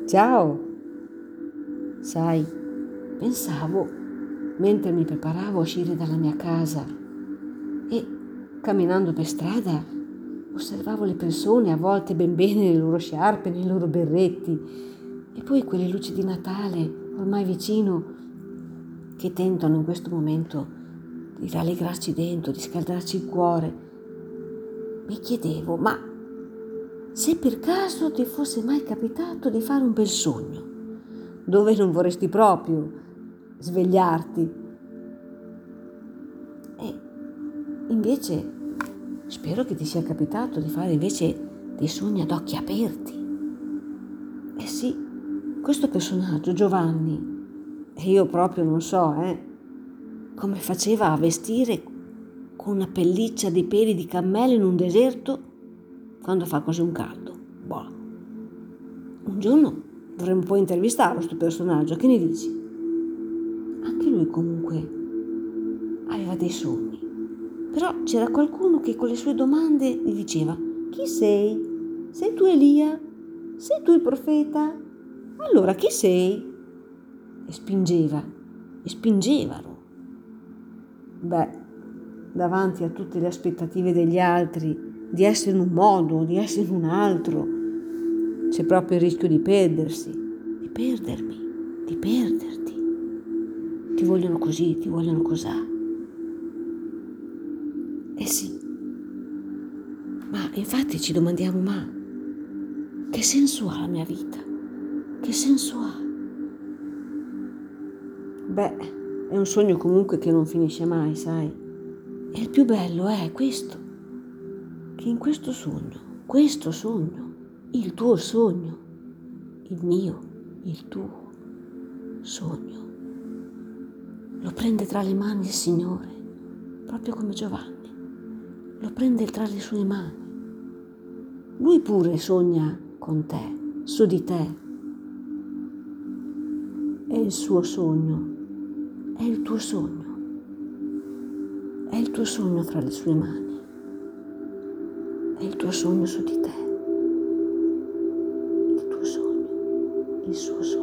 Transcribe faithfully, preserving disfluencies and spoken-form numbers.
Ciao! Sai, pensavo, mentre mi preparavo a uscire dalla mia casa e camminando per strada, osservavo le persone, a volte ben bene nelle loro sciarpe, nei loro berretti, e poi quelle luci di Natale, ormai vicino, che tentano in questo momento di rallegrarci dentro, di scaldarci il cuore. Mi chiedevo, ma se per caso ti fosse mai capitato di fare un bel sogno, dove non vorresti proprio svegliarti, e invece spero che ti sia capitato di fare invece dei sogni ad occhi aperti. Eh sì, questo personaggio, Giovanni, e io proprio non so, eh, come faceva a vestire con una pelliccia di peli di cammello in un deserto quando fa così un caldo. Boh. Un giorno dovremmo poi intervistarlo, sto personaggio, che ne dici? Anche lui comunque aveva dei sogni, però c'era qualcuno che con le sue domande gli diceva: chi sei? Sei tu Elia? Sei tu il profeta? Allora chi sei? E spingeva, e spingevano. Beh, davanti a tutte le aspettative degli altri di essere in un modo, di essere in un altro, c'è proprio il rischio di perdersi, di perdermi, di perderti. Ti vogliono così, ti vogliono cosà. Eh sì, ma infatti ci domandiamo, ma che senso ha la mia vita? Che senso ha? Beh, è un sogno comunque che non finisce mai, sai? E il più bello è questo, che in questo sogno, questo sogno, il tuo sogno, il mio, il tuo sogno, lo prende tra le mani il Signore, proprio come Giovanni, lo prende tra le sue mani. Lui pure sogna con te, su di te. È il suo sogno, è il tuo sogno, è il tuo sogno tra le sue mani, è il tuo sogno su di te, il tuo sogno, il suo sogno.